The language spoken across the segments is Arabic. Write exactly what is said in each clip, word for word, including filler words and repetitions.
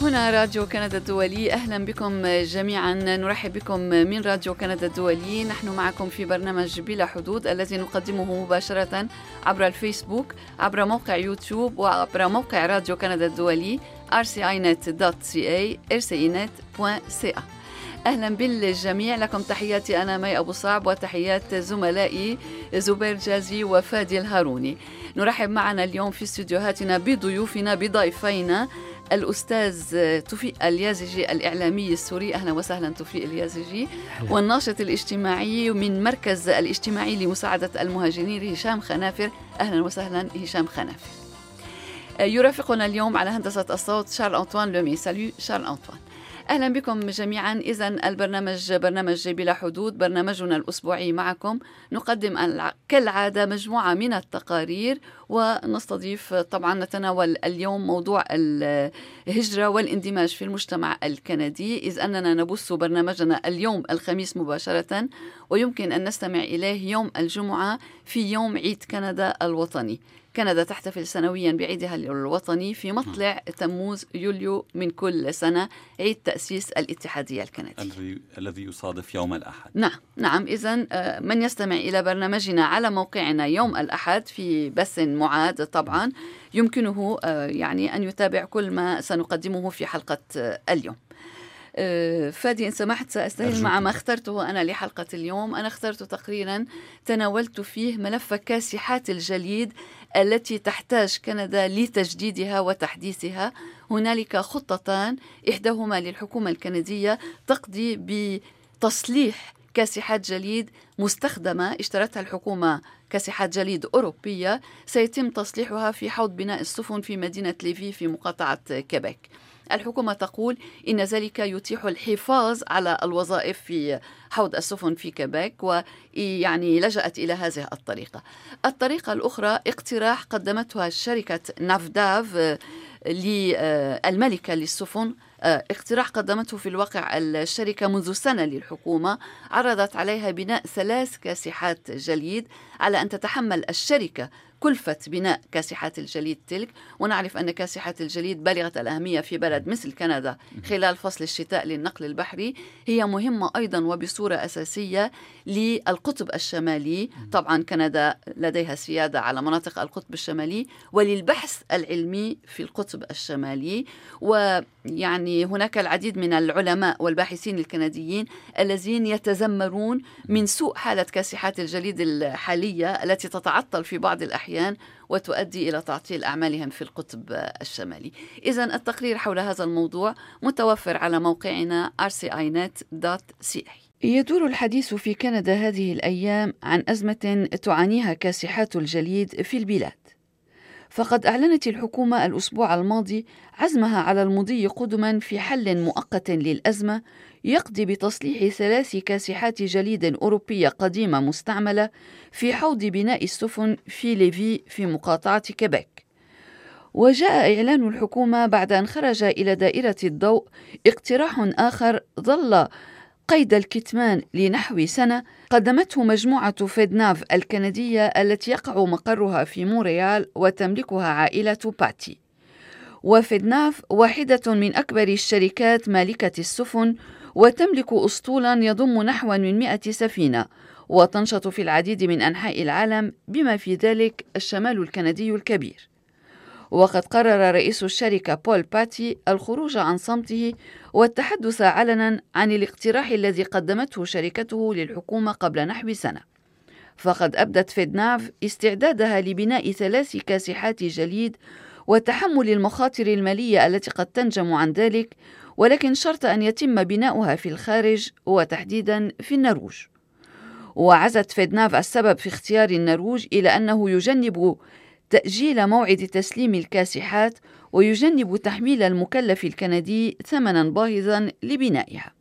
هنا راديو كندا الدولي، أهلا بكم جميعا. نرحب بكم من راديو كندا الدولي. نحن معكم في برنامج بلا حدود الذي نقدمه مباشرة عبر الفيسبوك، عبر موقع يوتيوب، وعبر موقع راديو كندا الدولي آر سي آي نت دوت سي إيه آر سي إي نت دوت سي إيه. أهلا بالجميع، لكم تحياتي أنا مي أبو صعب وتحيات زملائي زبير جازي وفادي الهاروني. نرحب معنا اليوم في استديوهاتنا بضيوفنا بضيفينا الأستاذ توفيق اليازجي الإعلامي السوري. أهلا وسهلا توفيق اليازجي. والناشط الاجتماعي من مركز الاجتماعي لمساعدة المهاجرين هشام خنافر. أهلا وسهلا هشام خنافر. يرافقنا اليوم على هندسة الصوت شارل أنطوان لومي. سالو شارل أنطوان. أهلا بكم جميعا. إذن البرنامج برنامج بلا حدود، برنامجنا الأسبوعي معكم. نقدم كالعادة مجموعة من التقارير، ونستضيف طبعا نتناول اليوم موضوع الهجرة والاندماج في المجتمع الكندي، إذ أننا نبث برنامجنا اليوم الخميس مباشرة، ويمكن أن نستمع إليه يوم الجمعة في يوم عيد كندا الوطني. كندا تحتفل سنويا بعيدها الوطني في مطلع تموز يوليو من كل سنة، عيد تأسيس الاتحادية الكندية الذي يصادف يوم الأحد. نعم نعم. إذن من يستمع إلى برنامجنا على موقعنا يوم الأحد في بث معاد طبعا يمكنه يعني أن يتابع كل ما سنقدمه في حلقة اليوم. فادي إن سمحت سأستهل مع ما اخترته أنا لحلقة اليوم. أنا اخترت تقريرا تناولت فيه ملف كاسحات الجليد التي تحتاج كندا لتجديدها وتحديثها. هنالك خطتان، إحداهما للحكومة الكندية تقضي بتصليح كاسحات جليد مستخدمة اشترتها الحكومة، كاسحات جليد أوروبية سيتم تصليحها في حوض بناء السفن في مدينة ليفي في مقاطعة كيبيك. الحكومة تقول إن ذلك يتيح الحفاظ على الوظائف في حوض السفن في كيبيك، ويعني لجأت إلى هذه الطريقة. الطريقة الأخرى اقتراح قدمتها شركة نافداف للملكة للسفن، اقتراح قدمته في الواقع الشركة منذ سنة للحكومة، عرضت عليها بناء ثلاث كاسحات جليد على أن تتحمل الشركة كلفة بناء كاسحات الجليد تلك. ونعرف أن كاسحات الجليد بالغة الأهمية في بلد مثل كندا خلال فصل الشتاء للنقل البحري، هي مهمة أيضا وبصورة أساسية للقطب الشمالي. طبعا كندا لديها سيادة على مناطق القطب الشمالي وللبحث العلمي في القطب الشمالي. ويعني هناك العديد من العلماء والباحثين الكنديين الذين يتذمرون من سوء حالة كاسحات الجليد الحالية التي تتعطل في بعض الأحيان وتؤدي إلى تعطيل أعمالهم في القطب الشمالي. إذن التقرير حول هذا الموضوع متوفر على موقعنا آر سي آي نت دوت سي إيه. يدور الحديث في كندا هذه الأيام عن أزمة تعانيها كاسحات الجليد في البلاد. فقد أعلنت الحكومة الأسبوع الماضي عزمها على المضي قدما في حل مؤقت للأزمة يقضي بتصليح ثلاث كاسحات جليد أوروبية قديمة مستعملة في حوض بناء السفن في ليفي في مقاطعة كيبيك. وجاء إعلان الحكومة بعد أن خرج إلى دائرة الضوء اقتراح آخر ظل قيد الكتمان لنحو سنة، قدمته مجموعة فيدناف الكندية التي يقع مقرها في مونريال وتملكها عائلة باتي. وفيدناف واحدة من أكبر الشركات مالكة السفن، وتملك أسطولا يضم نحو من مئة سفينة، وتنشط في العديد من أنحاء العالم بما في ذلك الشمال الكندي الكبير. وقد قرر رئيس الشركة بول باتي الخروج عن صمته والتحدث علنا عن الاقتراح الذي قدمته شركته للحكومة قبل نحو سنة. فقد أبدت فيدناف استعدادها لبناء ثلاث كاسحات جليد وتحمل المخاطر المالية التي قد تنجم عن ذلك، ولكن شرط أن يتم بناؤها في الخارج وتحديدا في النرويج. وعزت فيدناف السبب في اختيار النرويج إلى أنه يجنب تأجيل موعد تسليم الكاسحات ويجنب تحميل المكلف الكندي ثمنا باهظا لبنائها.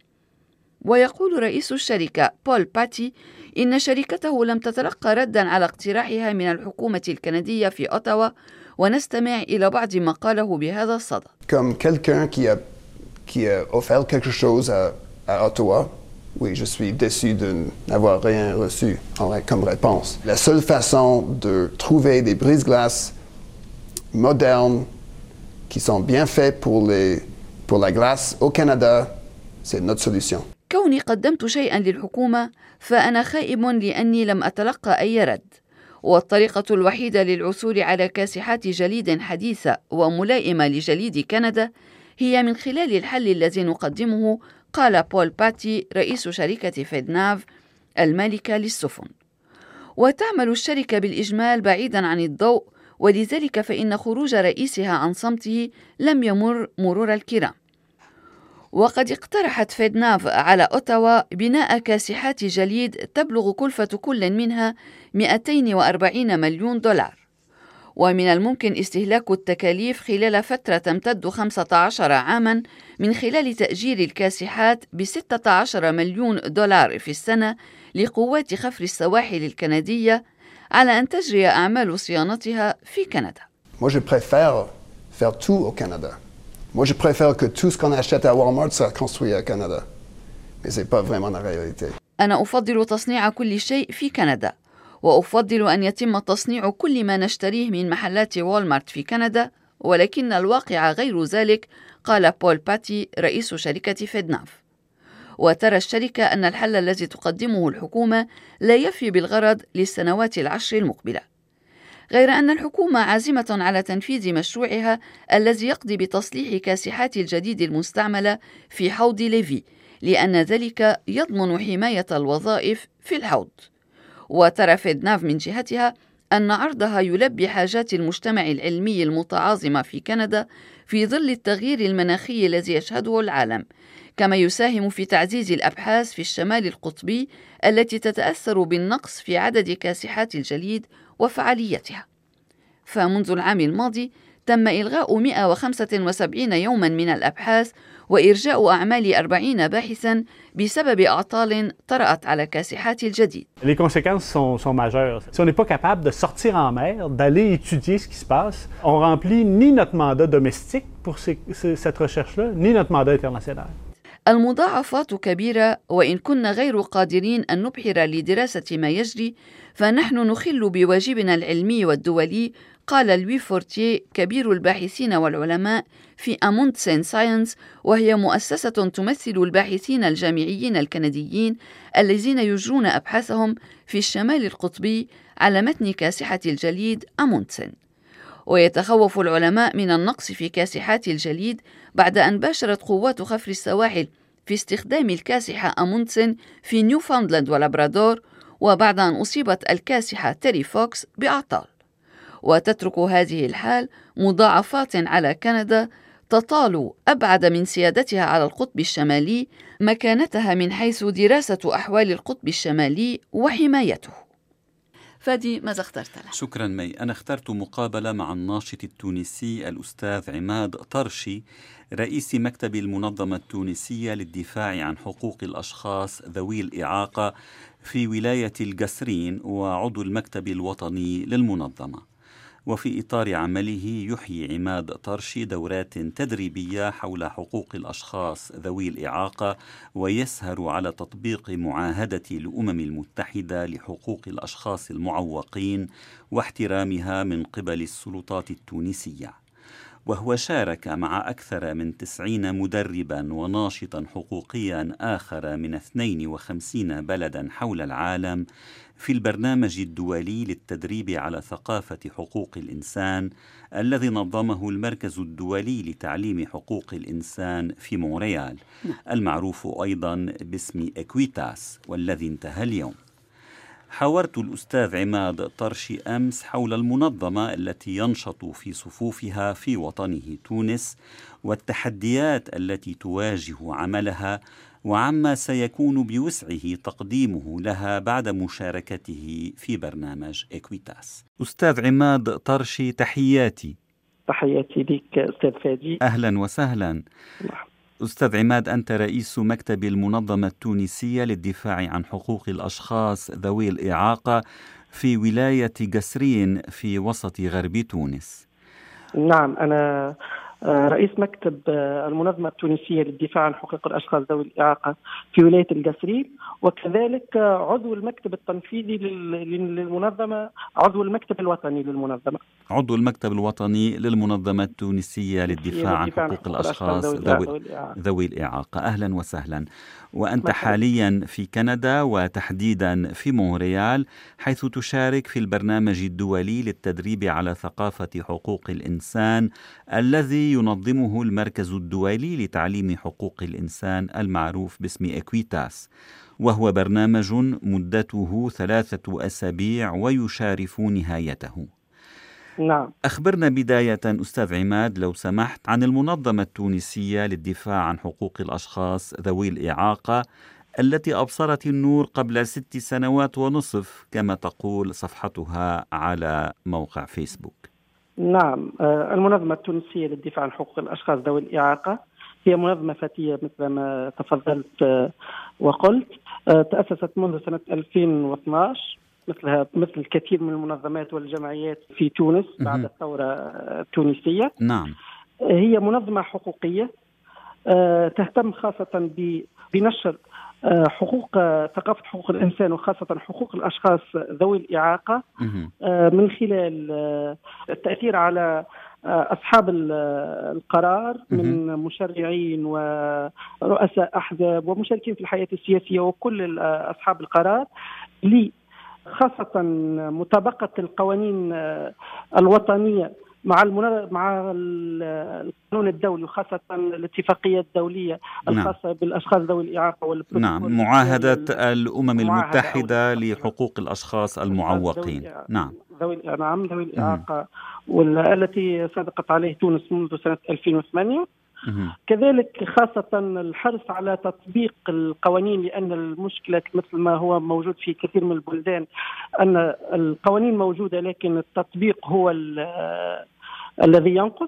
ويقول رئيس الشركة بول باتي إن شركته لم تتلقى ردا على اقتراحها من الحكومة الكندية في أوتاوا، ونستمع إلى بعض ما قاله بهذا الصدد. Comme quelqu'un qui a, qui a offert quelque chose à, à Ottawa, oui, je suis déçu de n'avoir rien reçu comme réponse. La seule façon de trouver des brise-glaces modernes qui sont bien faits pour les Pour la glace, au Canada, c'est notre solution. كوني قدمت شيئا للحكومة فأنا خائب لأني لم أتلقى أي رد، والطريقة الوحيدة للعثور على كاسحات جليد حديثة وملائمة لجليد كندا هي من خلال الحل الذي نقدمه، قال بول باتي رئيس شركة فيدناف المالكة للسفن. وتعمل الشركة بالإجمال بعيدا عن الضوء، ولذلك فإن خروج رئيسها عن صمته لم يمر مرور الكرام. وقد اقترحت فيدناف على أوتاوا بناء كاسحات جليد تبلغ كلفة كل منها مئتين وأربعين مليون دولار، ومن الممكن استهلاك التكاليف خلال فترة تمتد خمسة عشر عاما من خلال تأجير الكاسحات بستة عشر مليون دولار في السنة لقوات خفر السواحل الكندية على أن تجري أعمال صيانتها في كندا. Moi, je préfère faire tout au Canada. Moi, je préfère que tout ce qu'on achète à Walmart soit construit au Canada. Mais c'est pas vraiment la réalité. أنا أفضل تصنيع كل شيء في كندا، وأفضل أن يتم تصنيع كل ما نشتريه من محلات والمارت في كندا، ولكن الواقع غير ذلك، قال بول باتي رئيس شركة فيدناف. وترى الشركة أن الحل الذي تقدمه الحكومة لا يفي بالغرض للسنوات العشر المقبلة، غير أن الحكومة عازمة على تنفيذ مشروعها الذي يقضي بتصليح كاسحات الجديد المستعملة في حوض ليفي، لأن ذلك يضمن حماية الوظائف في الحوض. وترى فيدناف من جهتها أن عرضها يلبي حاجات المجتمع العلمي المتعاظمة في كندا في ظل التغيير المناخي الذي يشهده العالم، كما يساهم في تعزيز الأبحاث في الشمال القطبي التي تتأثر بالنقص في عدد كاسحات الجليد وفعاليتها. فمنذ العام الماضي تم إلغاء مئة وخمسة وسبعين يوما من الأبحاث وإرجاء أعمال أربعين باحثا بسبب أعطال طرأت على كاسحات الجديد. Les conséquences sont, sont majeures. Si on n'est pas capable de sortir en mer, d'aller étudier ce qui se passe, on remplit ni notre mandat domestique pour ces, ces, cette recherche-là, ni notre mandat international. المضاعفات كبيرة، وإن كنا غير قادرين أن نبحر لدراسة ما يجري فنحن نخل بواجبنا العلمي والدولي، قال لوي فورتيه كبير الباحثين والعلماء في أموندسن ساينس، وهي مؤسسة تمثل الباحثين الجامعيين الكنديين الذين يجرون أبحاثهم في الشمال القطبي على متن كاسحة الجليد أموندسن. ويتخوف العلماء من النقص في كاسحات الجليد بعد أن باشرت قوات خفر السواحل في استخدام الكاسحة أموندسن في نيوفاوندلاند ولابرادور، وبعد أن أصيبت الكاسحة تيري فوكس بأعطال. وتترك هذه الحال مضاعفات على كندا تطال أبعد من سيادتها على القطب الشمالي مكانتها من حيث دراسة أحوال القطب الشمالي وحمايته. فادي، ماذا اخترت له؟ شكرا مي. أنا اخترت مقابلة مع الناشط التونسي الأستاذ عماد طرشي رئيس مكتب المنظمة التونسية للدفاع عن حقوق الأشخاص ذوي الإعاقة في ولاية القسرين وعضو المكتب الوطني للمنظمة. وفي إطار عمله يحيي عماد طرشي دورات تدريبية حول حقوق الأشخاص ذوي الإعاقة، ويسهر على تطبيق معاهدة الأمم المتحدة لحقوق الأشخاص المعوقين واحترامها من قبل السلطات التونسية. وهو شارك مع أكثر من تسعين مدربا وناشطا حقوقيا آخر من اثنين وخمسين بلدا حول العالم في البرنامج الدولي للتدريب على ثقافة حقوق الإنسان الذي نظمه المركز الدولي لتعليم حقوق الإنسان في مونريال، المعروف أيضا باسم إكويتاس، والذي انتهى اليوم. حاورت الأستاذ عماد طرشي أمس حول المنظمة التي ينشط في صفوفها في وطنه تونس والتحديات التي تواجه عملها، وعما سيكون بوسعه تقديمه لها بعد مشاركته في برنامج إكويتاس. أستاذ عماد طرشي، تحياتي. تحياتي لك أستاذ فادي. أهلا وسهلا. أستاذ عماد، أنت رئيس مكتب المنظمة التونسية للدفاع عن حقوق الأشخاص ذوي الإعاقة في ولاية قسرين في وسط غرب تونس. نعم، أنا رئيس مكتب المنظمة التونسية للدفاع عن حقوق الأشخاص ذوي الإعاقة في ولاية القصرين، وكذلك عضو المكتب التنفيذي للمنظمة، عضو المكتب الوطني للمنظمة عضو المكتب الوطني للمنظمة التونسية للدفاع عن حقوق الأشخاص ذوي, ذوي الإعاقة. أهلا وسهلا. وأنت مثلا حاليا في كندا وتحديدا في مونريال، حيث تشارك في البرنامج الدولي للتدريب على ثقافة حقوق الإنسان الذي ينظمه المركز الدولي لتعليم حقوق الإنسان المعروف باسم إكويتاس، وهو برنامج مدته ثلاثة أسابيع ويشارف نهايته. نعم. أخبرنا بداية أستاذ عماد لو سمحت عن المنظمة التونسية للدفاع عن حقوق الأشخاص ذوي الإعاقة التي أبصرت النور قبل ست سنوات ونصف كما تقول صفحتها على موقع فيسبوك. نعم، المنظمة التونسية للدفاع عن حقوق الأشخاص ذوي الإعاقة هي منظمة فتية مثل ما تفضلت وقلت. تأسست منذ سنة ألفين واثني عشر مثلها مثل الكثير من المنظمات والجمعيات في تونس بعد الثورة التونسية. نعم. هي منظمة حقوقية تهتم خاصة بنشر حقوق ثقافة حقوق الإنسان وخاصة حقوق الأشخاص ذوي الإعاقة من خلال التأثير على أصحاب القرار من مشرعين ورؤساء أحزاب ومشاركين في الحياة السياسية وكل أصحاب القرار، لي خاصة مطابقة القوانين الوطنية مع مع القانون الدولي وخاصة الاتفاقية الدولية الخاصة نعم. بالأشخاص ذوي الإعاقة. نعم، معاهدة الأمم المتحدة لحقوق الأشخاص المعوقين. نعم ذوي نعم ذوي الإعاقة والتي صدقت عليه تونس منذ سنة ألفين وثمانية. كذلك خاصة الحرص على تطبيق القوانين، لأن المشكلة مثل ما هو موجود في كثير من البلدان أن القوانين موجودة لكن التطبيق هو الذي ينقص.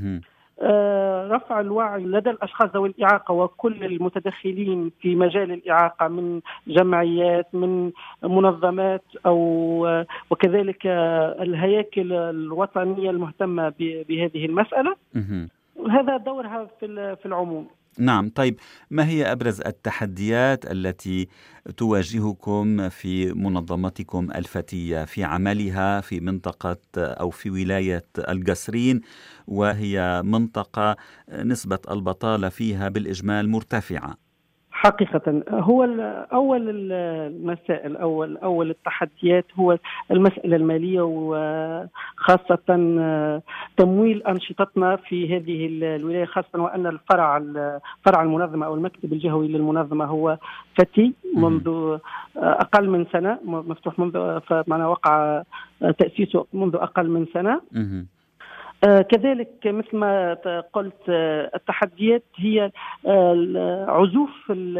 رفع الوعي لدى الأشخاص ذوي الإعاقة وكل المتدخلين في مجال الإعاقة من جمعيات من منظمات أو وكذلك الهياكل الوطنية المهتمة بهذه المسألة. هذا دورها في في العموم. نعم. طيب، ما هي أبرز التحديات التي تواجهكم في منظمتكم الفتية في عملها في منطقة أو في ولاية القصرين، وهي منطقة نسبة البطالة فيها بالإجمال مرتفعة؟ حقيقة هو أول المسائل أول أول التحديات هو المسألة المالية، وخاصة تمويل أنشطتنا في هذه الولاية، خاصة وأن الفرع فرع المنظمة أو المكتب الجهوي للمنظمة هو فتي منذ أقل من سنة، مفتوح منذ فمعنى وقع تأسيسه منذ أقل من سنة. آه كذلك مثل ما قلت آه التحديات هي آه عزوف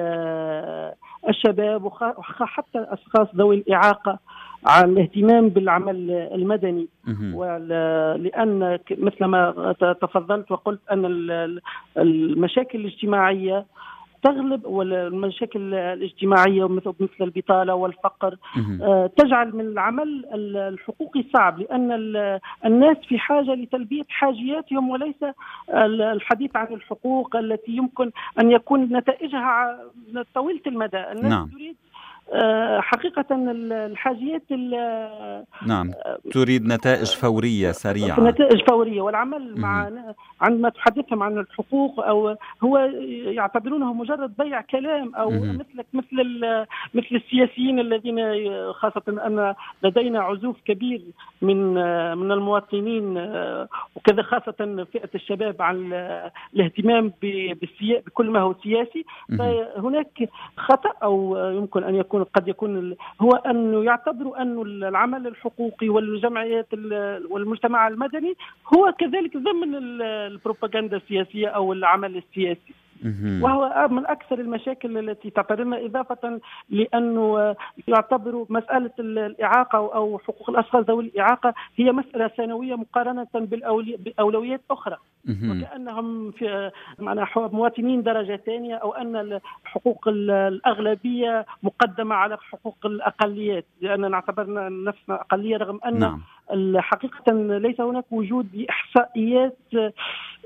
الشباب وحتى الأشخاص ذوي الإعاقة عن الاهتمام بالعمل المدني، لأن مثل ما تفضلت وقلت أن المشاكل الاجتماعية تغلب، والمشاكل الاجتماعية مثل البطالة والفقر تجعل من العمل الحقوقي صعب، لأن الناس في حاجة لتلبية حاجياتهم وليس الحديث عن الحقوق التي يمكن أن يكون نتائجها طويلة المدى. الناس نعم. تريد حقيقة الحاجيات نعم تريد نتائج فورية سريعة، نتائج فورية، والعمل مع عندما تحدثهم عن الحقوق أو هو يعتبرونه مجرد بيع كلام أو مثلك مثل مثل السياسيين الذين خاصة أن لدينا عزوف كبير من من المواطنين وكذا خاصة فئة الشباب عن الاهتمام بكل ما هو سياسي. فهناك خطأ أو يمكن أن يكون قد يكون هو أنه يعتبروا أن العمل الحقوقي والجمعيات والمجتمع المدني هو كذلك ضمن البروباغندا السياسية أو العمل السياسي، وهو من أكثر المشاكل التي تعتبرنا، إضافة لأنه يعتبر مسألة الإعاقة أو حقوق الأشخاص ذوي الإعاقة هي مسألة ثانوية مقارنة بأولويات أخرى، وكأنهم في معنا مواطنين درجة ثانية، أو أن حقوق الأغلبية مقدمة على حقوق الأقليات، لأننا نعتبرنا نفسنا أقلية رغم أن نعم. حقيقة ليس هناك وجود لإحصائيات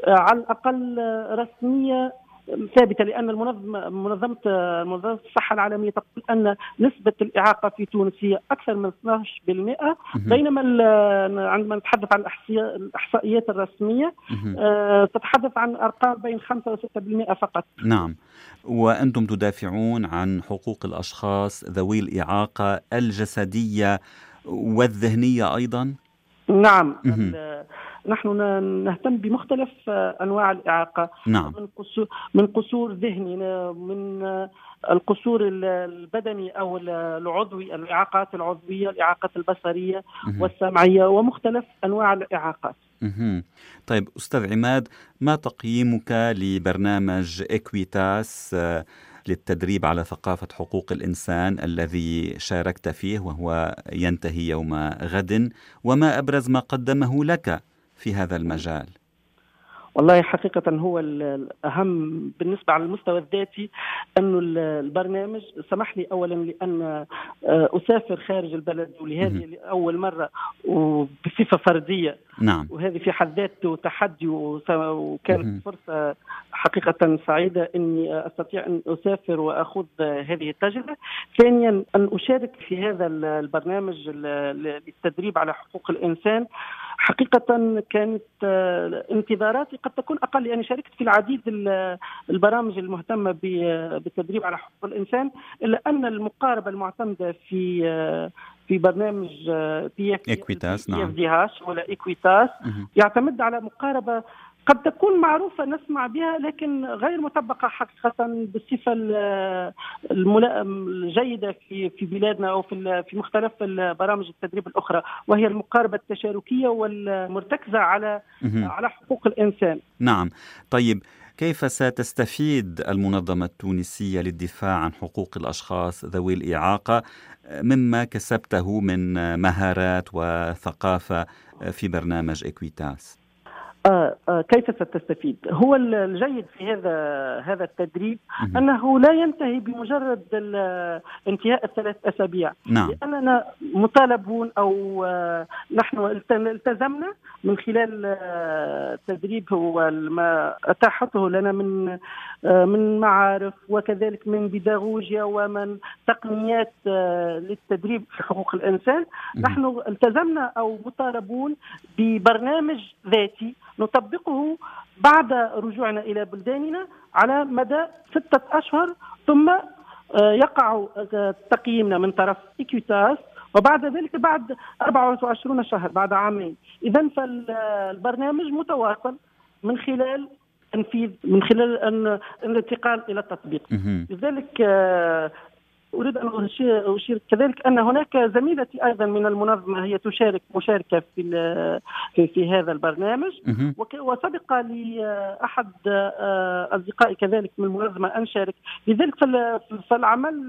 على الأقل رسمية ثابتة، لأن المنظمة منظمة منظمة الصحة العالمية تقول أن نسبة الإعاقة في تونس هي أكثر من اثني عشر بالمئة، بينما عندما نتحدث عن الإحصائيات الرسمية تتحدث عن أرقام بين خمسة وستة بالمئة فقط. نعم، وأنتم تدافعون عن حقوق الأشخاص ذوي الإعاقة الجسدية والذهنية أيضا؟ نعم، نحن نهتم بمختلف أنواع الإعاقة. نعم. من قصور من قصور ذهني، من القصور البدني أو العضوي، الإعاقات العضوية، الإعاقات البصرية والسمعية، ومختلف أنواع الإعاقات. طيب أستاذ عماد، ما تقييمك لبرنامج إكويتاس للتدريب على ثقافة حقوق الإنسان الذي شاركت فيه وهو ينتهي يوم غد، وما أبرز ما قدمه لك في هذا المجال؟ والله حقيقة هو الأهم بالنسبة على المستوى الذاتي أنه البرنامج سمح لي أولا لأن أسافر خارج البلد، ولهذه لأول مرة وبصفة فردية. نعم. وهذه في حد ذاته تحدي، وكانت فرصة حقيقة سعيدة أني أستطيع أن أسافر وأخذ هذه التجربة. ثانيا أن أشارك في هذا البرنامج للتدريب على حقوق الإنسان. حقيقة كانت انتظاراتي قد تكون أقل، لأني شاركت في العديد البرامج المهتمة بالتدريب على حقوق الإنسان، إلا أن المقاربة المعتمدة في في برنامج بي إكويتاس نعم دي هاش ولا إكويتاس يعتمد على مقاربة قد تكون معروفة نسمع بها، لكن غير مطبقة حقيقة بالصفة الجيدة في في بلادنا أو في في مختلف البرامج التدريب الأخرى، وهي المقاربة التشاركية والمرتكزة على على حقوق الإنسان. نعم. طيب كيف ستستفيد المنظمة التونسية للدفاع عن حقوق الأشخاص ذوي الإعاقة مما كسبته من مهارات وثقافة في برنامج إكويتاس؟ آه آه كيف ستستفيد؟ هو الجيد في هذا هذا التدريب أنه لا ينتهي بمجرد انتهاء الثلاث أسابيع. نعم. لأننا مطالبون أو آه نحن التزمنا من خلال التدريب هو ما أتاحته لنا من آه من معارف، وكذلك من بيداغوجيا ومن تقنيات آه للتدريب في حقوق الإنسان. نحن التزمنا أو مطالبون ببرنامج ذاتي نطبقه بعد رجوعنا إلى بلداننا على مدى ستة أشهر، ثم يقع تقييمنا من طرف إكويتاس، وبعد ذلك بعد أربعة وعشرين شهر، بعد عامين. إذن فالبرنامج متواصل من خلال تنفيذ، من خلال أن الانتقال إلى التطبيق. لذلك أريد أن أشير كذلك أن هناك زميلتي أيضا من المنظمة هي تشارك مشاركة في في, في هذا البرنامج، وسبق لي أحد أصدقائي كذلك من المنظمة أن شارك. لذلك فالعمل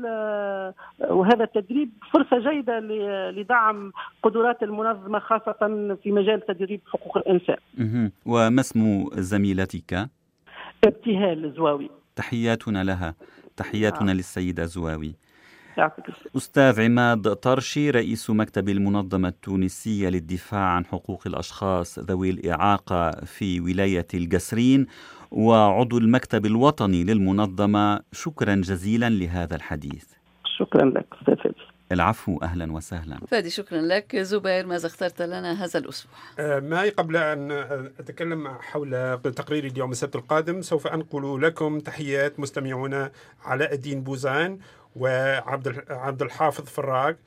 وهذا التدريب فرصة جيدة لدعم قدرات المنظمة خاصة في مجال تدريب حقوق الإنسان. وما اسم زميلتك؟ ابتهال الزواوي. تحياتنا لها، تحياتنا آه. للسيدة زواوي. يعطيك. أستاذ عماد طرشي، رئيس مكتب المنظمة التونسية للدفاع عن حقوق الأشخاص ذوي الإعاقة في ولاية القصرين وعضو المكتب الوطني للمنظمة، شكرا جزيلا لهذا الحديث. شكرا لك أستاذ فادي. العفو، أهلا وسهلا. فادي شكرا لك. زبير، ماذا اخترت لنا هذا الأسبوع؟ معي قبل أن أتكلم حول تقرير اليوم السبت القادم سوف أنقل لكم تحيات مستمعونا علاء الدين بوزان وعبد عبد الحافظ فراق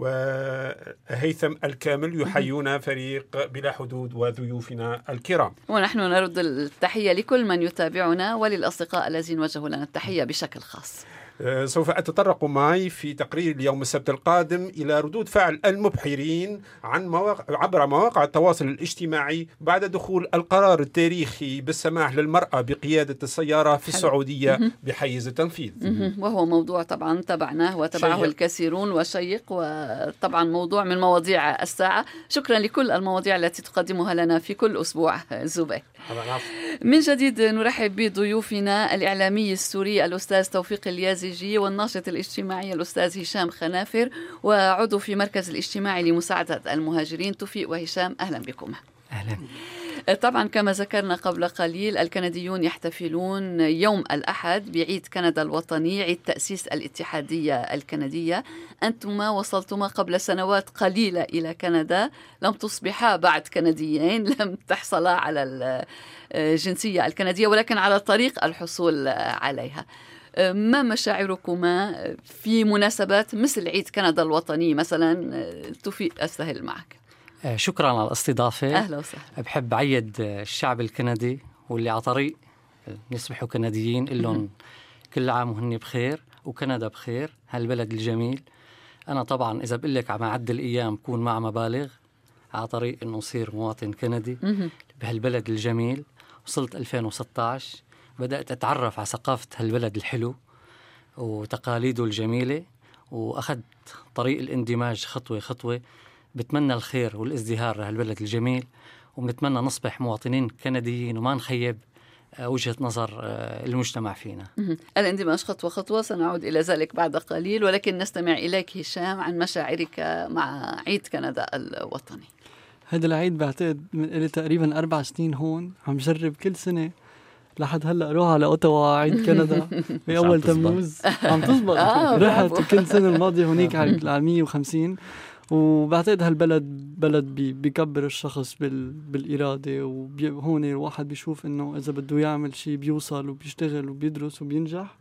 وهيثم الكامل يحيون فريق بلا حدود وضيوفنا الكرام. ونحن نرد التحية لكل من يتابعنا وللأصدقاء الذين وجهوا لنا التحية بشكل خاص. سوف أتطرق معي في تقرير اليوم السبت القادم إلى ردود فعل المبحرين عن مواقع عبر مواقع التواصل الاجتماعي بعد دخول القرار التاريخي بالسماح للمرأة بقيادة السيارة في السعودية بحيز التنفيذ، وهو موضوع طبعا تبعناه وتبعه شيق. الكثيرون وشيق، وطبعا موضوع من مواضيع الساعة. شكرا لكل المواضيع التي تقدمها لنا في كل أسبوع زبير. من جديد نرحب بضيوفنا الإعلامي السوري الأستاذ توفيق اليازي والناشط الاجتماعي الأستاذ هشام خنافر، وعضو في مركز الاجتماعي لمساعدة المهاجرين. توفيق وهشام، أهلا بكم. أهلا. طبعا كما ذكرنا قبل قليل الكنديون يحتفلون يوم الأحد بعيد كندا الوطني، عيد تأسيس الاتحادية الكندية. أنتما وصلتما قبل سنوات قليلة إلى كندا، لم تصبحا بعد كنديين، لم تحصلا على الجنسية الكندية، ولكن على طريق الحصول عليها. ما مشاعركما في مناسبات مثل عيد كندا الوطني مثلا؟ توفيق أستهل معك. شكرا على الاستضافة. أهلا وسهلا. بحب عيد الشعب الكندي واللي على طريق نصبحوا كنديين، لهم كل عام وهن بخير وكندا بخير، هالبلد الجميل. أنا طبعا إذا بقول لك عم عد الأيام بكون مع مبالغ على طريق إنه صير مواطن كندي بهالبلد الجميل. وصلت ألفين وستة عشر بدأت أتعرف على ثقافة هالبلد الحلو وتقاليده الجميلة، وأخذت طريق الاندماج خطوة خطوة. بتمنى الخير والازدهار لهالبلد الجميل، وبنتمنى نصبح مواطنين كنديين وما نخيب وجهة نظر المجتمع فينا. الاندماج خطوة خطوة، سنعود إلى ذلك بعد قليل، ولكن نستمع إليك هشام عن مشاعرك مع عيد كندا الوطني. هذا العيد بعتقد من لي تقريبا أربع سنين هون، عم جرب كل سنة لحد هلا اروح على اوتاوا عيد كندا بأول تموز. عم تزبط. رحت كل سنة الماضية هونيك على مية وخمسين، وبعتقد هالبلد بلد بي بيكبر الشخص بال بالإرادة، وهون الواحد بيشوف إنه إذا بده يعمل شيء بيوصل وبيشتغل وبيدرس وبينجح.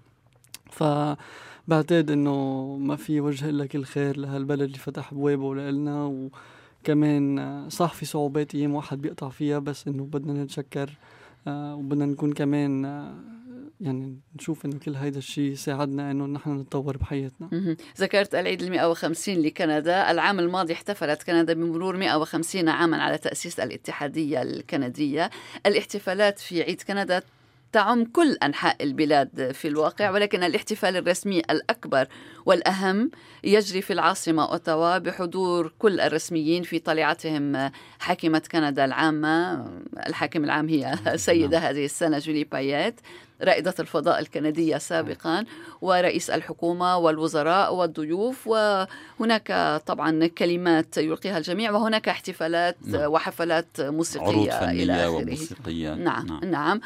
فبعتقد إنه ما في وجه إلا كل خير لهالبلد اللي فتح بوابه لنا. وكمان صح في صعوبات أيام واحد بيقطع فيها، بس إنه بدنا نتشكر آه وبدنا نكون كمان آه يعني نشوف إنه كل هيدا الشيء ساعدنا إنه نحن نتطور بحياتنا. ذكرت العيد المئة وخمسين لكندا. العام الماضي احتفلت كندا بمرور مئة وخمسين عاما على تأسيس الاتحادية الكندية. الاحتفالات في عيد كندا تعم كل أنحاء البلاد في الواقع، ولكن الاحتفال الرسمي الأكبر والأهم يجري في العاصمة أوتاوا بحضور كل الرسميين، في طليعتهم حاكمة كندا العامة. الحاكم العام هي سيدة هذه السنة جولي بايات، رائدة الفضاء الكندية سابقا، ورئيس الحكومة والوزراء والضيوف، وهناك طبعا كلمات يلقيها الجميع، وهناك احتفالات نعم. وحفلات موسيقية إلى آخره. وموسيقية. نعم نعم, نعم.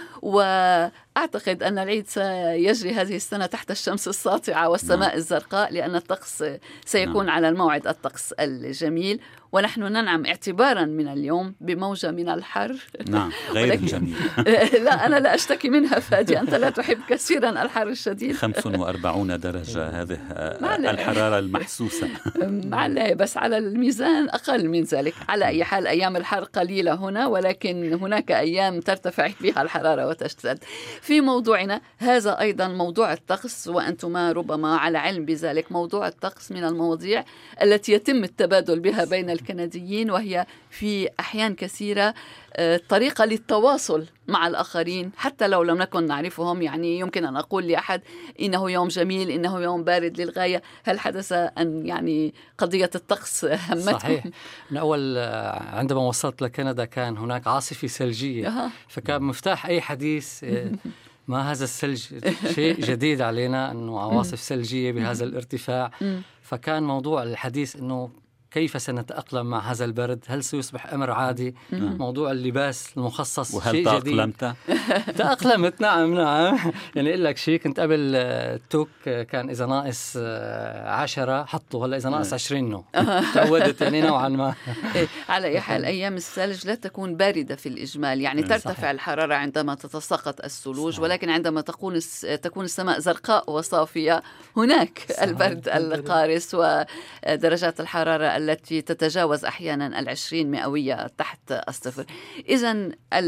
وأعتقد أن العيد سيجري هذه السنة تحت الشمس الساطعة والسماء نعم. الزرقاء، لأن الطقس سيكون نعم. على الموعد الطقس الجميل، ونحن ننعم اعتبارا من اليوم بموجة من الحر. نعم غير جميل. لا أنا لا أشتكي منها فادي، أنت لا تحب كثيرا الحر الشديد. خمسة وأربعون درجة هذه الحرارة المحسوسة. معلي بس على الميزان أقل من ذلك. على أي حال أيام الحر قليلة هنا، ولكن هناك أيام ترتفع فيها الحرارة وتشتد. في موضوعنا هذا أيضا موضوع الطقس، وأنتما ربما على علم بذلك. موضوع الطقس من المواضيع التي يتم التبادل بها بين الكنديين، وهي في أحيان كثيرة طريقة للتواصل مع الآخرين حتى لو لم نكن نعرفهم. يعني يمكن أن أقول لأحد إنه يوم جميل، إنه يوم بارد للغاية. هل حدث أن يعني قضية الطقس همتكم؟ صحيح. من أول عندما وصلت لكندا كان هناك عاصفة ثلجية، فكان مفتاح أي حديث ما هذا الثلج، شيء جديد علينا أنه عواصف ثلجية بهذا الارتفاع. فكان موضوع الحديث أنه كيف سنتأقلم مع هذا البرد؟ هل سيصبح أمر عادي؟ مم. موضوع اللباس المخصص وهل شيء جديد. وهل تأقلمت؟ تأقلمت نعم نعم. يعني أقول لك شيء، كنت قبل التوك كان إذا ناقص عشرة حطوا، هلا إذا ناقص عشرين نو تعودت يعني نوعا ما. على أي حال أيام الثلج لا تكون باردة في الإجمال، يعني ترتفع صحيح. الحرارة عندما تتساقط الثلوج، صحيح. ولكن عندما تكون تكون السماء زرقاء وصافية هناك صحيح. البرد القارس ودرجات الحرارة التي تتجاوز أحيانا العشرين مئوية تحت الصفر. إذن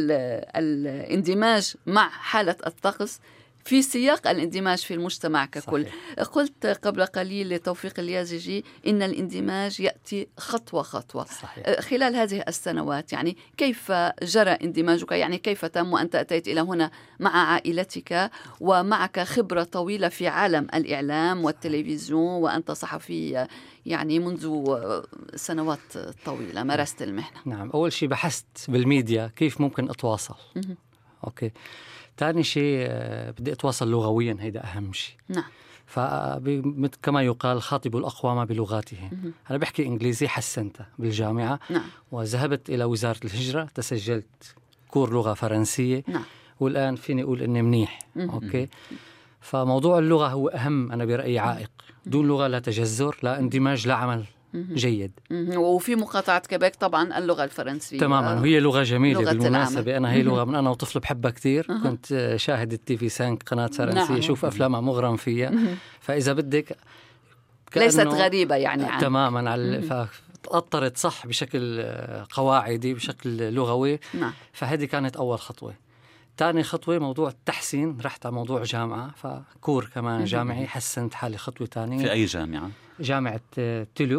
الاندماج مع حالة الطقس في سياق الاندماج في المجتمع ككل. صحيح. قلت قبل قليل لتوفيق اليازجي إن الاندماج يأتي خطوة خطوة. صحيح. خلال هذه السنوات يعني كيف جرى اندماجك؟ يعني كيف تم وأنت أتيت إلى هنا مع عائلتك ومعك خبرة طويلة في عالم الإعلام والتلفزيون، وأنت صحفي يعني منذ سنوات طويلة مارست المهنة. نعم، أول شيء بحثت بالميديا كيف ممكن أتواصل. أوكي. ثاني شيء بدي أتواصل لغويا، هيدا أهم شيء. نعم. فكما يقال خاطب الأقوام بلغاته. أنا بحكي إنجليزي حسنت بالجامعة. نعم. وذهبت إلى وزارة الهجرة تسجلت كور لغة فرنسية. نعم. والآن فيني أقول إني منيح. أوكي. فموضوع اللغة هو أهم أنا برأيي عائق. دون لغة لا تجذر، لا اندماج، لا عمل جيد. وفي مقاطعة كيبيك طبعا اللغة الفرنسية تماما، وهي لغة جميلة لغة بالمناسبة. العمل. أنا هي لغة من أنا وطفل بحبها كتير. أه. كنت شاهد التي في سانك قناة فرنسية. نعم. شوف أفلامها مغرم فيها. فإذا بدك ليست غريبة يعني عنك. تماما. على فتأطرت صح بشكل قواعدي بشكل لغوي. نعم. فهذه كانت أول خطوة. ثاني خطوة موضوع التحسين، رحت على موضوع جامعة، فكور كمان جامعي، حسنت حالي خطوة ثانية. في أي جامعة؟ جامعة تلوك.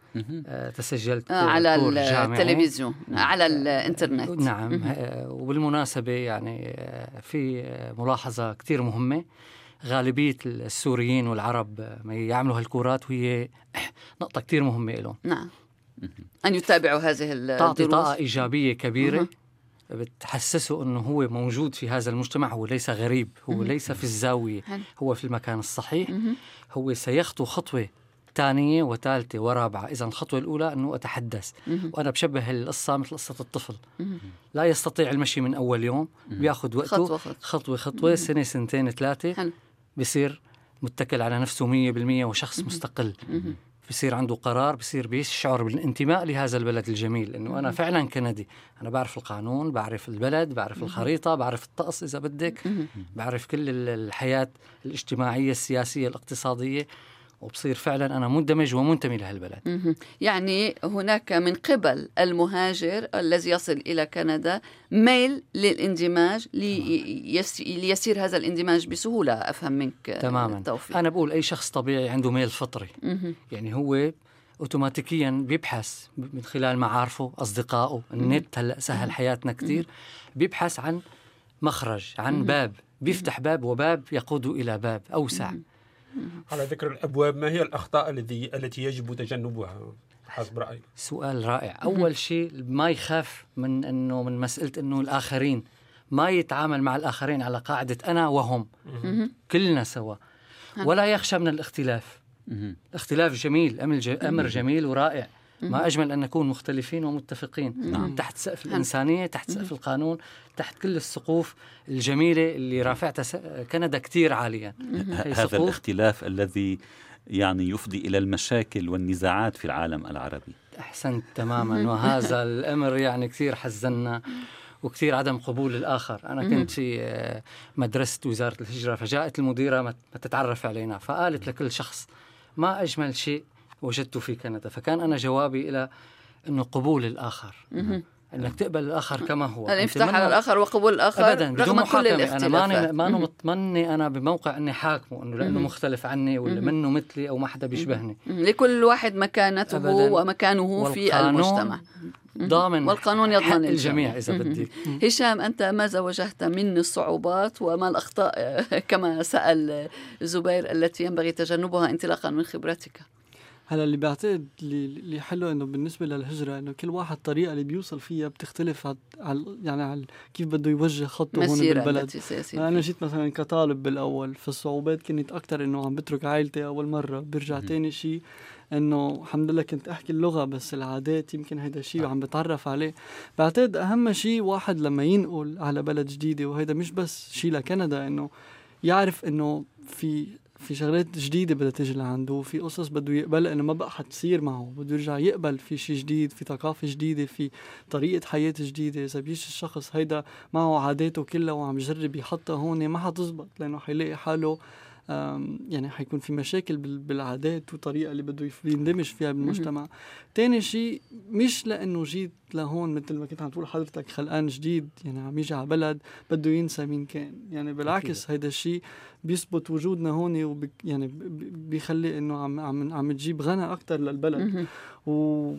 تسجلت على التلفزيون، على الانترنت. نعم. وبالمناسبة يعني في ملاحظة كتير مهمة، غالبية السوريين والعرب ما يعملوا هالكورات، وهي نقطة كتير مهمة لهم. نعم. أن يتابعوا هذه الدروس، تعطي طاقة إيجابية كبيرة. بتحسسه أنه هو موجود في هذا المجتمع، هو ليس غريب، هو ليس في الزاوية، هو في المكان الصحيح. هو سيخطو خطوة ثانية وثالثة ورابعة. إذا الخطوة الأولى أنه أتحدث، وأنا بشبه القصة مثل قصة الطفل، لا يستطيع المشي من أول يوم، بياخد وقته خطوة خطوة, خطوة, خطوة سنة سنتين ثلاثة، بيصير متكل على نفسه مية بالمية وشخص مستقل. بصير عنده قرار، بصير بيشعر بالانتماء لهذا البلد الجميل، إنه أنا فعلا كندي، أنا بعرف القانون، بعرف البلد، بعرف الخريطة، بعرف الطقس إذا بدك، بعرف كل الحياة الاجتماعية السياسية الاقتصادية، وبصير فعلا أنا مندمج ومنتمي لهالبلد. يعني هناك من قبل المهاجر الذي يصل إلى كندا ميل للاندماج، ليسير هذا الاندماج بسهولة. أفهم منك تماما. توفيق. أنا بقول أي شخص طبيعي عنده ميل فطري. يعني هو أوتوماتيكيا بيبحث من خلال معارفه، أصدقائه، النت هلأ سهل حياتنا كتير، بيبحث عن مخرج، عن باب، بيفتح باب، وباب يقود إلى باب أوسع. على ذكر الأبواب، ما هي الأخطاء التي التي يجب تجنبها حسب رأيك؟ سؤال رائع. أول شيء ما يخاف من إنه من مسألة إنه الآخرين، ما يتعامل مع الآخرين على قاعدة أنا وهم، كلنا سوا، ولا يخشى من الاختلاف. الاختلاف جميل، أمر جميل ورائع. ما أجمل أن نكون مختلفين ومتفقين. نعم. تحت سقف الإنسانية، تحت سقف القانون، تحت كل السقوف الجميلة اللي رافعتها كندا كتير عاليا. هذا الاختلاف الذي يعني يفضي إلى المشاكل والنزاعات في العالم العربي. أحسنت تماما. وهذا الأمر يعني كتير حزننا، وكتير عدم قبول الآخر. أنا كنت في مدرسة وزارة الهجرة، فجاءت المديرة ما تتعرف علينا، فقالت لكل شخص ما أجمل شيء وجدته في كندا. فكان أنا جوابي إلى أنه قبول الآخر، أنك تقبل الآخر كما هو، الانفتاح على الآخر وقبول الآخر أبدا بدون رغم كل الاختلافات. أنا ما أنا مطمني أنا بموقع أني حاكمه، أنه لأنه مختلف عني ولا منه مثلي أو ما حدا بيشبهني. لكل واحد مكانته أبداً. ومكانه في المجتمع ضامن، والقانون يضمن الجميع إذا بدي. هشام، أنت ماذا واجهت من الصعوبات وما الأخطاء كما سأل زبير التي ينبغي تجنبها انطلاقا من خبرتك؟ هلا اللي بعتقد اللي حلو انه بالنسبه للهجره انه كل واحد الطريقه اللي بيوصل فيها بتختلف على يعني على كيف بده يوجه خطه هون بالبلد. انا جيت مثلا كطالب بالاول، فالصعوبات كانت اكثر انه عم بترك عائلتي اول مره، برجع تاني شيء انه الحمد لله كنت احكي اللغه، بس العادات يمكن هيدا الشيء وعم بتعرف عليه. بعتقد اهم شيء واحد لما ينقل على بلد جديده، وهيدا مش بس شيء لكندا، انه يعرف انه في في شغلات جديدة بدها تجي لعنده، في قصص بده يقبل انه ما بقى حتصير معه، بده يرجع يقبل في شيء جديد، في ثقافة جديدة، في طريقة حياة جديدة. إذا بيجي الشخص هيدا معه عاداته كلها وعم يجرب يحطها هون ما حتزبط، لأنه حيلاقي حاله يعني حيكون في مشاكل بالعادات والطريقة اللي بده يندمج فيها بالمجتمع. تاني شيء مش لأنه جيت لهون مثل ما كنت عم تقول حضرتك خلقان جديد، يعني عم يجي على بلد بده ينسى مين كان، يعني بالعكس هيدا الشيء بيثبت وجودنا هون، وبي يعني بيخلي إنه عم عم عم تجيب غنى أكتر للبلد. و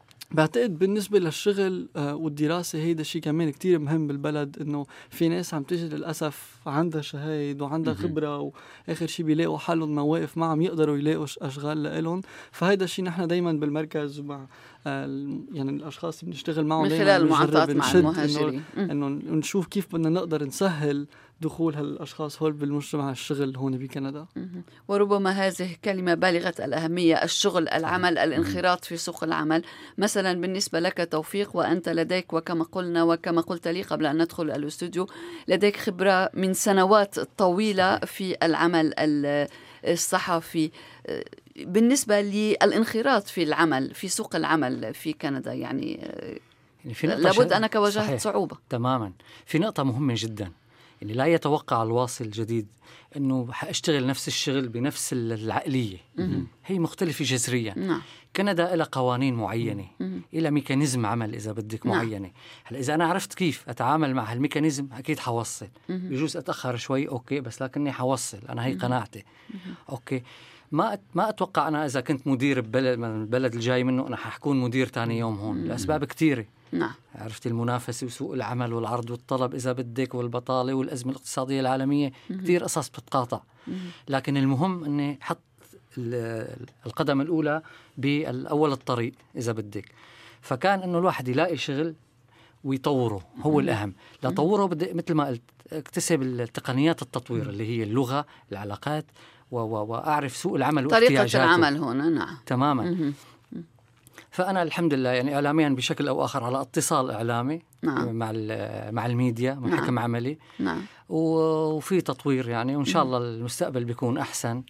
بعتقد بالنسبة للشغل والدراسة هيدا شيء كمان كتير مهم بالبلد، إنه في ناس عم تجي للأسف عندها شهايد وعندها خبرة، وآخر شيء بيلاقوا حالهم مواقف ما عم يقدروا يلاقوا أشغال لإلهم. فهيدا الشيء نحن دايما بالمركز ومع يعني الاشخاص اللي بنشتغل معهم من خلال المعاطفات مع المهاجرين، انه نشوف كيف بدنا نقدر نسهل دخول هالاشخاص هول بالمجتمع الشغل هون بكندا. وربما هذه كلمة بالغة الأهمية، الشغل، العمل، الانخراط في سوق العمل. مثلا بالنسبة لك توفيق، وأنت لديك وكما قلنا وكما قلت لي قبل أن ندخل الاستوديو لديك خبرة من سنوات طويلة في العمل الصحفي. بالنسبة للانخراط في العمل في سوق العمل في كندا، يعني, يعني في لابد أنك واجهت صحيح. صعوبة. تماما. في نقطة مهمة جدا، يعني لا يتوقع الواصل الجديد أنه حأشتغل نفس الشغل بنفس العقلية. م- هي مختلفة جذريا. نعم. كندا إلى قوانين معينة، م- إلى ميكانيزم عمل إذا بدك معينة. نعم. هلا إذا أنا عرفت كيف أتعامل مع هالميكانيزم أكيد حوصل. يجوز أتأخر شوي أوكي، بس لكني حوصل، أنا هي قناعتي. أوكي. ما ما أتوقع أنا إذا كنت مدير ببلد من البلد الجاي منه أنا حكون مدير تاني يوم هون، لأسباب كتيرة. نعم. عرفت المنافسة وسوق العمل والعرض والطلب إذا بدك، والبطالة والأزمة الاقتصادية العالمية، كتير قصص بتتقاطع. لكن المهم أني حط القدم الأولى بالأول الطريق إذا بدك. فكان أنه الواحد يلاقي شغل ويطوره، هو الأهم. لا طوره بدي مثل ما قلت اكتسب التقنيات التطوير اللي هي اللغة، العلاقات، وأعرف سوق العمل طريقة العمل هنا. نعم. تماما. م- فأنا الحمد لله يعني إعلاميا بشكل أو آخر على اتصال إعلامي. نعم. مع مع الميديا، مع حكم نعم. عملي. نعم. وفي تطوير يعني، وإن شاء الله المستقبل بيكون أحسن.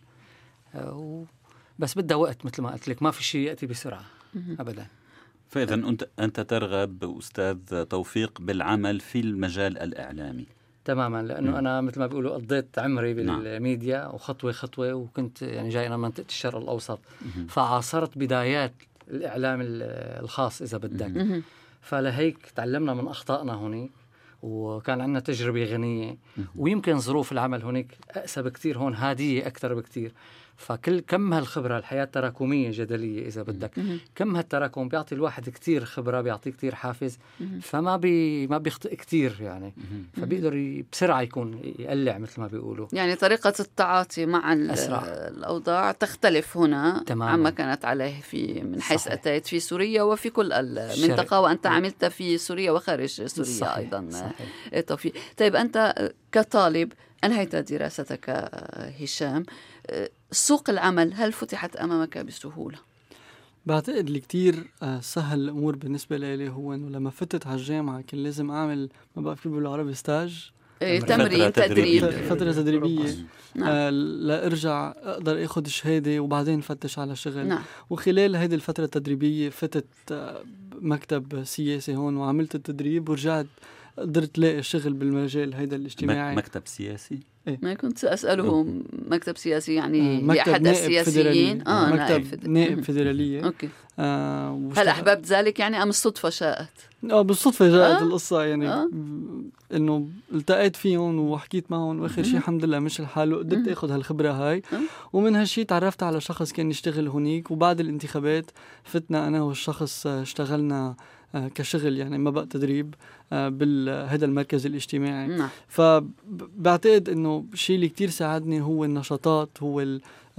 بس بدها وقت مثل ما قلت لك، ما في شيء يأتي بسرعة أبدا. فإذا أنت أنت ترغب أستاذ توفيق بالعمل في المجال الإعلامي. تماما، لأنه م. أنا مثل ما بيقولوا قضيت عمري بالميديا. نعم. وخطوة خطوة، وكنت يعني جاي أنا منطقة الشرق الأوسط. م. فعاصرت بدايات الإعلام الخاص إذا بدك. م. فلهيك تعلمنا من أخطائنا هناك، وكان عندنا تجربة غنية. م. ويمكن ظروف العمل هناك أقسى بكتير، هون هادية أكثر بكتير. فكل كم هالخبرة، الحياة تراكمية جدلية إذا بدك. م- كم هالتراكم بيعطي الواحد كتير خبرة، بيعطي كتير حافز. م- فما بي ما بيخطئ كتير يعني. م- فبيقدر بسرعة يكون يقلع مثل ما بيقولوا. يعني طريقة التعاطي مع الأوضاع تختلف هنا تماماً عما كانت عليه في من حيث صحيح. أتيت في سوريا وفي كل المنطقة، وأنت عملت في سوريا وخارج سوريا صحيح. أيضا صحيح. توفيق. طيب أنت كطالب أنهيت دراستك هشام، سوق العمل هل فتحت أمامك بسهولة؟ بعتقد اللي كتير سهل الأمور بالنسبة لي هو أنه لما فتت على الجامعة كان لازم أعمل ما بقى في بالعربي ستاج، تمرين تدريب فترة تدريبية. نعم. آه لأرجع أقدر أخذ شهادة وبعدين فتش على شغل. نعم. وخلال هذه الفترة التدريبية فتت آه مكتب سياسي هون وعملت التدريب ورجعت قدرت لاقي شغل بالمجال هيدا الاجتماعي. مكتب سياسي؟ إيه؟ ما كنت سأسأله مكتب سياسي يعني آه أحد السياسيين. آه مكتب نائب فيدرالية. أوكي. آه هل أحببت ذلك يعني أم الصدفة شاءت؟ آه بالصدفة جاءت آه؟ القصة يعني آه؟ إنه التقيت فيهم وحكيت معهم وآخر شيء الحمد لله مش الحال وقدرت أخذ هالخبرة هاي. آه؟ ومن هالشيء تعرفت على شخص كان يشتغل هنيك، وبعد الانتخابات فتنا أنا والشخص اشتغلنا كشغل يعني ما بقى تدريب بهذا المركز الاجتماعي. نعم. فبعتقد انه الشيء اللي كتير ساعدني هو النشاطات، هو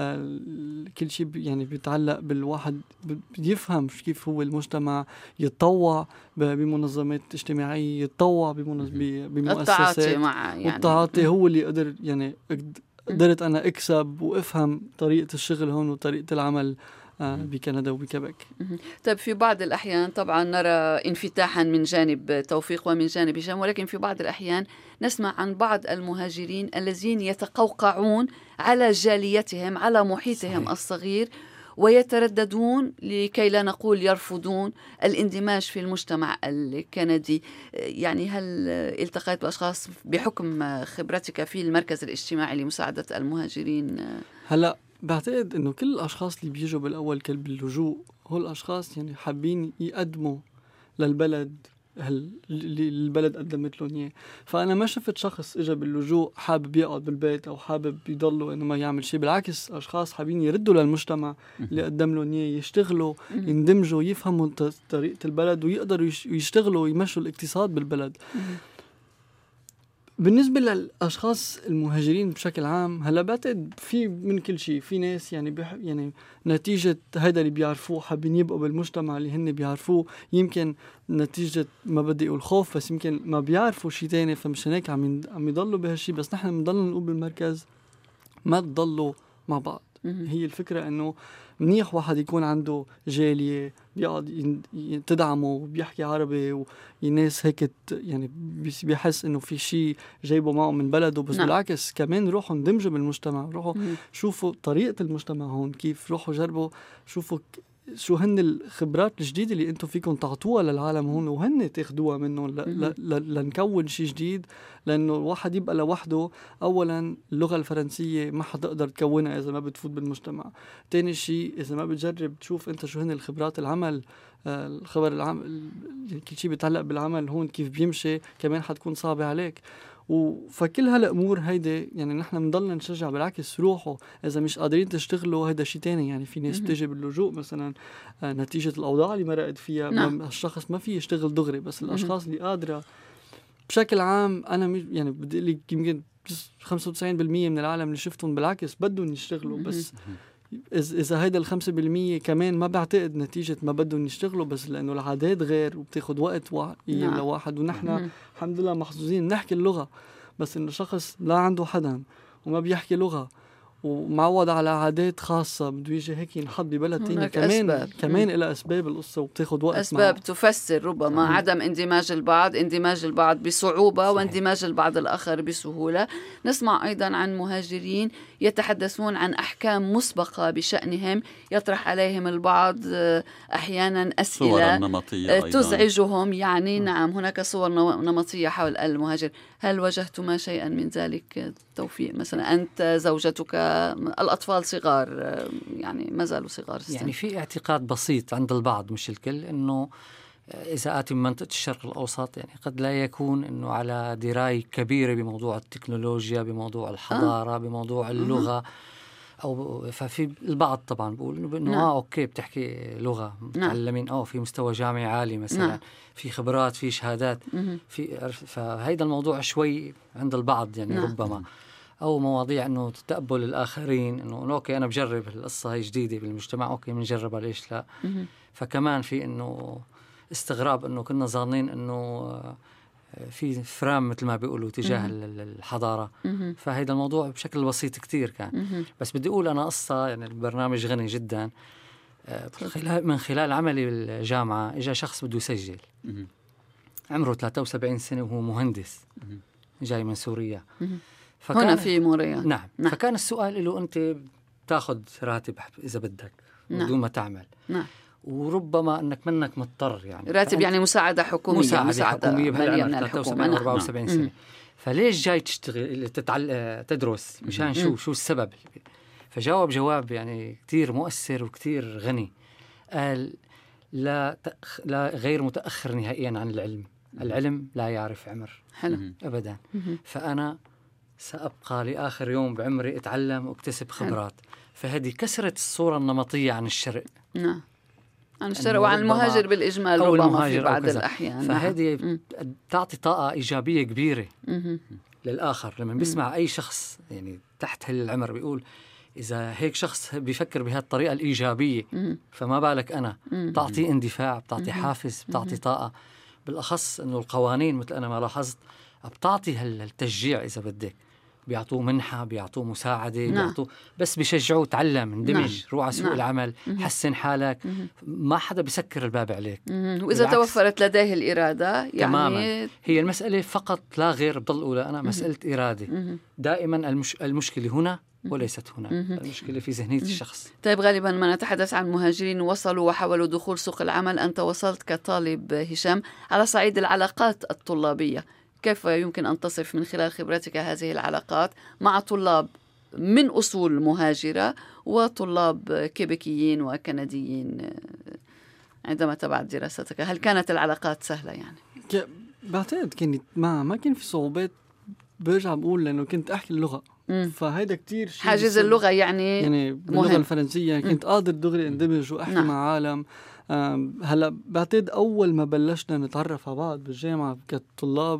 كل شيء يعني بيتعلق بالواحد بيفهم كيف هو المجتمع يتطوع بمنظمات اجتماعية، يتطوع بمؤسسات، التعاطي مع يعني والتعاطي هو اللي قدر يعني قدرت انا اكسب وافهم طريقة الشغل هون وطريقة العمل بكندا وبكبك. طيب في بعض الأحيان طبعا نرى انفتاحا من جانب توفيق ومن جانب هشام، ولكن في بعض الأحيان نسمع عن بعض المهاجرين الذين يتقوقعون على جاليتهم، على محيطهم صحيح. الصغير، ويترددون لكي لا نقول يرفضون الاندماج في المجتمع الكندي. يعني هل التقيت بأشخاص بحكم خبرتك في المركز الاجتماعي لمساعدة المهاجرين؟ هلأ بعتقد انه كل الاشخاص اللي بيجوا بالاول كلب اللجوء هو الاشخاص يعني حابين يقدموا للبلد اللي البلد قدمت لهم اياه. فانا ما شفت شخص اجى باللجوء حابب يقعد بالبيت او حابب يضله انه ما يعمل شيء، بالعكس اشخاص حابين يردوا للمجتمع اللي قدم لهم اياه، يشتغلوا يندمجوا يفهموا طريقه البلد ويقدروا يشتغلوا ويمشوا الاقتصاد بالبلد. بالنسبة للأشخاص المهاجرين بشكل عام، هلا بعتقد في من كل شيء. في ناس يعني بح يعني نتيجة هذا اللي بيعرفوه حابين يبقوا بالمجتمع اللي هن بيعرفوه، يمكن نتيجة ما بدي أقول خوف، بس يمكن ما بيعرفوا شيء تاني، فمش هناك عم عم يضلوا بهالشيء. بس نحن بنضل نقول بالمركز ما تضلوا مع بعض. هي الفكرة إنه منيح واحد يكون عنده جالية بيقعد تدعمه وبيحكي عربي والناس هيك يعني بيحس إنه في شيء جايبه معه من بلده. بس نعم. بالعكس كمان روحوا اندمجوا بالمجتمع، روحوا مم. شوفوا طريقة المجتمع هون كيف، روحوا جربوا شوفوا شو هن الخبرات الجديدة اللي انتم فيكم تعطوها للعالم هون وهن تاخدوها منهم لنكون شيء جديد. لأنه الواحد يبقى لوحده، أولا اللغة الفرنسية ما حتقدر تكونها إذا ما بتفوت بالمجتمع. تاني شيء إذا ما بتجرب تشوف أنت شو هن الخبرات العمل، آه الخبر العمل، كل شيء بيتعلق بالعمل هون كيف بيمشي، كمان حتكون صعبة عليك. وفكل هالأمور هيدا يعني نحن بنضلنا نشجع. بالعكس روحوا، إذا مش قادرين تشتغلوا هيدا شيء تاني. يعني في ناس بتجي باللجوء مثلا آه نتيجة الأوضاع اللي مرقت فيها، نعم. الشخص ما فيه يشتغل دغري، بس الأشخاص اللي قادرة بشكل عام أنا مش يعني بدي لك يمكن خمسة وتسعين بالمية من العالم اللي شفتهم بالعكس بدهم يشتغلوا. بس إذا هيدا الخمسة بالمية كمان ما بعتقد نتيجة ما بدهم يشتغلوا، بس لأنه العادات غير وبتاخد وقت وا... نعم. لواحد. ونحن الحمد لله محظوظين نحكي اللغة، بس إنه شخص لا عنده حدا وما بيحكي لغة ومعود على عادات خاصة بده يجي هيك ينحط ببلد تاني، كمان أسباب. كمان إلى أسباب القصة وبتاخد وقت، أسباب معه. تفسر ربما مم. عدم اندماج البعض، اندماج البعض بصعوبة صحيح. واندماج البعض الآخر بسهولة. نسمع أيضا عن مهاجرين يتحدثون عن أحكام مسبقة بشأنهم، يطرح عليهم البعض أحيانا أسئلة تزعجهم. يعني مم. نعم هناك صور نمطية حول المهاجر. هل وجدتما شيئا من ذلك توفيق؟ مثلا أنت زوجتك الأطفال صغار، يعني ما زالوا صغار السن. يعني في اعتقاد بسيط عند البعض مش الكل، إنه إذا آتي من منطقة الشرق الأوسط يعني قد لا يكون إنه على دراية كبيرة بموضوع التكنولوجيا، بموضوع الحضارة، آه. بموضوع اللغة. أو ففي البعض طبعا بقول إنه نعم. آه أوكي بتحكي لغة متعلمين، أو في مستوى جامعي عالي مثلا، نعم. في خبرات، في شهادات، في فهيدا الموضوع شوي عند البعض يعني نعم. ربما أو مواضيع إنه تقبل الآخرين، إنه أوكي أنا بجرب القصة هاي جديدة بالمجتمع، أوكي بنجربها ليش لا. فكمان في إنه استغراب إنه كنا ظانين إنه في فرام مثل ما بيقولوا تجاه الحضارة. فهيدا الموضوع بشكل بسيط كتير كان. بس بدي أقول أنا قصة، يعني البرنامج غني جدا. من خلال عملي بالجامعة إجا شخص بده يسجل، عمره ثلاثة وسبعين سنة وهو مهندس جاي من سوريا. هنا في موريا. نعم. نعم. فكان السؤال له أنت تاخذ راتب إذا بدك بدون نعم. ما تعمل. نعم. وربما أنك منك مضطر يعني راتب يعني مساعدة حكومية، مساعدة, مساعدة حكومية بهالعمر ثلاثة وسبعين أربعة وسبعين سنة. فليش جاي تشتغل تتعل... تدرس مشان شو شو السبب؟ فجاوب جواب يعني كتير مؤثر وكتير غني. قال لا, تأخ... لا غير متأخر نهائيا عن العلم. العلم لا يعرف عمر. حلو. أبدا. فأنا سأبقى لآخر يوم بعمري أتعلم واكتسب خبرات. فهذه كسرت الصورة النمطية عن الشرق. نعم. عن الشرق وعن المهاجر بالإجمال ربما في بعض الأحيان. فهذه تعطي طاقة إيجابية كبيرة مم. للآخر. لما بيسمع أي شخص يعني تحت هالعمر بيقول إذا هيك شخص بيفكر بهالطريقة الإيجابية مم. فما بالك أنا. مم. بتعطي اندفاع، بتعطي مم. حافز، بتعطي مم. طاقة. بالأخص أنه القوانين مثل أنا ما لاحظت بتعطي هالتشجيع. إذا بدك بيعطوه منحة، بيعطوه مساعدة، نعم. بيعطوه بس بيشجعوه تعلم، اندمج، نعم. روح على سوق نعم. العمل، مم. حسن حالك. مم. ما حدا بيسكر الباب عليك. مم. وإذا بالعكس. توفرت لديه الإرادة يعني تماما. هي المسألة فقط لا غير بضل أولى أنا مسألة مم. إرادة. مم. دائما المش... المشكلة هنا وليست هنا. مم. المشكلة في ذهنية الشخص. طيب غالبا ما نتحدث عن مهاجرين وصلوا وحاولوا دخول سوق العمل. أنت وصلت كطالب هشام على صعيد العلاقات الطلابية، كيف يمكن أن تصف من خلال خبرتك هذه العلاقات مع طلاب من أصول مهاجرة وطلاب كيبيكيين وكنديين عندما تبعت دراستك؟ هل كانت العلاقات سهلة يعني؟ بعتقد كانت ما ما كان في صعوبات. برجع بقول لأنه كنت أحكي اللغة، فهيدا كتير شيء. حاجز اللغة يعني يعني باللغة الفرنسية كنت قادر دغري اندمج وأحكي نعم. مع عالم. هلا بعتقد أول ما بلشنا نتعرف على بعض بالجامعة كطلاب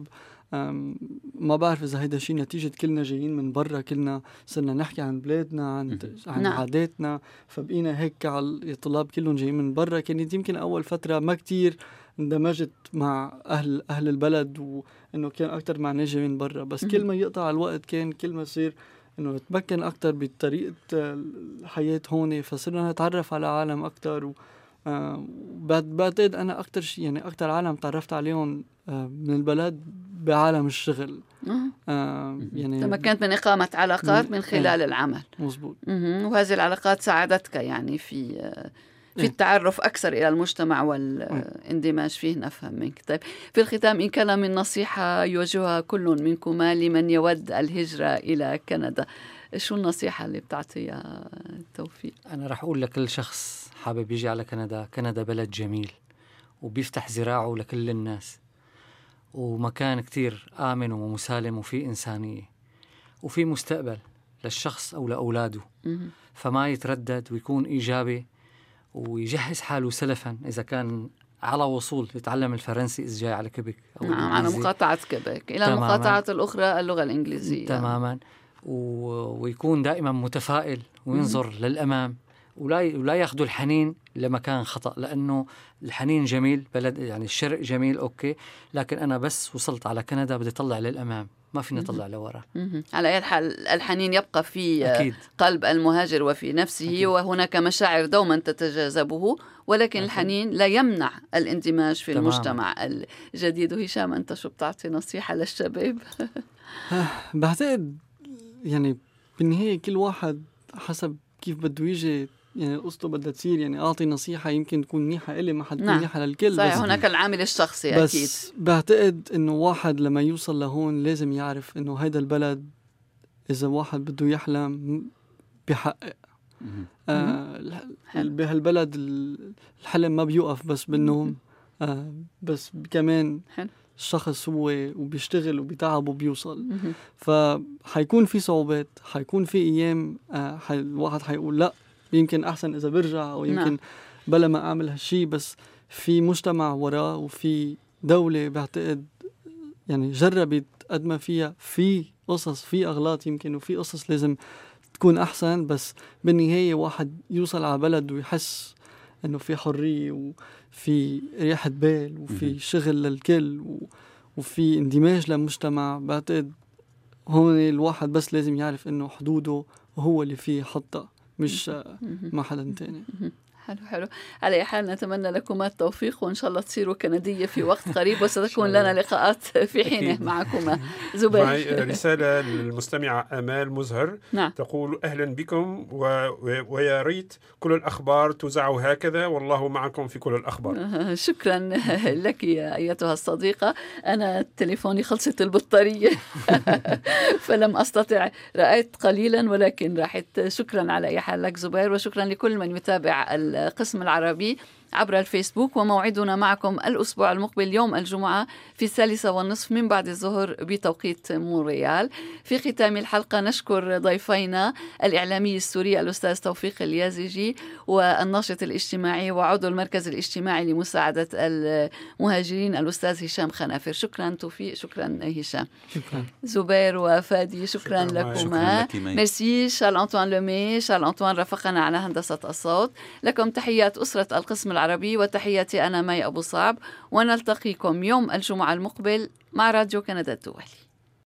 ما بعرف إذا هيدا شيء نتيجة كلنا جايين من برا، كلنا صرنا نحكي عن بلادنا، عن, عن نعم. عاداتنا، فبقينا هيك على الطلاب كلهم جايين من برا. كانت يمكن أول فترة ما كتير اندمجت مع أهل أهل البلد، وإنه كان أكتر مع ناس جايين من برا. بس كل ما يقطع الوقت كان كل ما يصير إنه نتمكن أكتر بطريقة الحياة هون، فصرنا نتعرف على عالم أكتر. و آه بعتقد أنا أكتر شيء يعني أكتر عالم تعرفت عليهم آه من البلد بعالم الشغل. آه يعني تمكنت من إقامة علاقات من خلال آه العمل. مزبوط. وهذه العلاقات ساعدتك يعني في آه في التعرف أكثر إلى المجتمع والاندماج فيه. نفهم منك. طيب في الختام، إن كان من نصيحة يوجهها كل منكما لمن يود الهجرة إلى كندا، شو النصيحة اللي بتعطيها توفيق؟ أنا رح أقول لكل شخص حابب يجي على كندا، كندا بلد جميل وبيفتح ذراعه لكل الناس، ومكان كتير آمن ومسالم وفي إنسانية وفي مستقبل للشخص أو لأولاده. فما يتردد ويكون إيجابي ويجهز حاله سلفا إذا كان على وصول يتعلم الفرنسي إذا جاي على كيبك أو نعم على مقاطعة كيبك إلى المقاطعة الأخرى اللغة الإنجليزية تماما. و... ويكون دائما متفائل وينظر م- للأمام، ولا ولا ياخذوا الحنين لمكان خطأ، لأنه الحنين جميل، بلد يعني الشرق جميل أوكي، لكن أنا بس وصلت على كندا بدي أطلع للأمام، ما فيني أطلع لورا. على أي حال الحنين يبقى في أكيد. قلب المهاجر وفي نفسه أكيد. وهناك مشاعر دوما تتجاذبه، ولكن أكيد. الحنين لا يمنع الاندماج في تمام. المجتمع الجديد. هشام، أنت شو بتعطي نصيحة للشباب؟ بعتقد يعني بالنهاية كل واحد حسب كيف بده يجي، يعني قصته بدها تصير. يعني أعطي نصيحة يمكن تكون منيحة إلي، ما حتكون نعم. منيحة للكل. صحيح، هناك العامل الشخصي بس أكيد. بس بعتقد إنه واحد لما يوصل لهون لازم يعرف إنه هيدا البلد إذا واحد بده يحلم بيحقق. آه بهالبلد الحلم ما بيوقف بس بالنوم، آه بس كمان حل. الشخص هو وبيشتغل وبيتعب وبيوصل. فحيكون في صعوبات، حيكون في أيام آه حي الواحد حيقول لا يمكن أحسن إذا برجع، أو يمكن نعم. بلا ما أعمل هالشي. بس في مجتمع وراه وفي دولة بعتقد يعني جربت قد ما فيها، في قصص في أغلاط يمكن وفي قصص لازم تكون أحسن. بس بالنهاية واحد يوصل على بلد ويحس إنه في حرية وفي ريحة بال وفي شغل للكل وفي اندماج للمجتمع. بعتقد هون الواحد بس لازم يعرف إنه حدوده هو اللي فيه حطها، مش مع حدا تاني. حلو حلو. على أي حال نتمنى لكم التوفيق، وإن شاء الله تصيروا كندية في وقت قريب، وستكون لنا لقاءات في حينه معكم. زبير، معي رسالة للمستمعة آمال مزهر. نعم. تقول أهلا بكم و... ويا ريت كل الأخبار تذاع هكذا، والله معكم في كل الأخبار. شكرا لك يا أيتها الصديقة. أنا تليفوني خلصت البطارية فلم أستطع، رأيت قليلا ولكن راحت. شكرا على أي حال لك زبير، وشكرا لكل من يتابع القسم العربي عبر الفيسبوك. وموعدنا معكم الأسبوع المقبل يوم الجمعة في الثالثة والنصف من بعد الظهر بتوقيت مونريال. في ختام الحلقة نشكر ضيفينا الإعلامي السوري الأستاذ توفيق اليازجي، والناشط الاجتماعي وعضو المركز الاجتماعي لمساعدة المهاجرين الأستاذ هشام خنافر. شكرا توفيق. شكرا هشام. شكرا زبير وفادي. شكرا, شكرا لكما. ميرسي. شارل أنطوان لومي. شارل أنطوان رافقنا على هندسة الصوت. لكم تحيات أسرة القسم العربي، وتحياتي أنا مي أبو صعب، ونلتقيكم يوم الجمعة المقبل مع راديو كندا الدولي.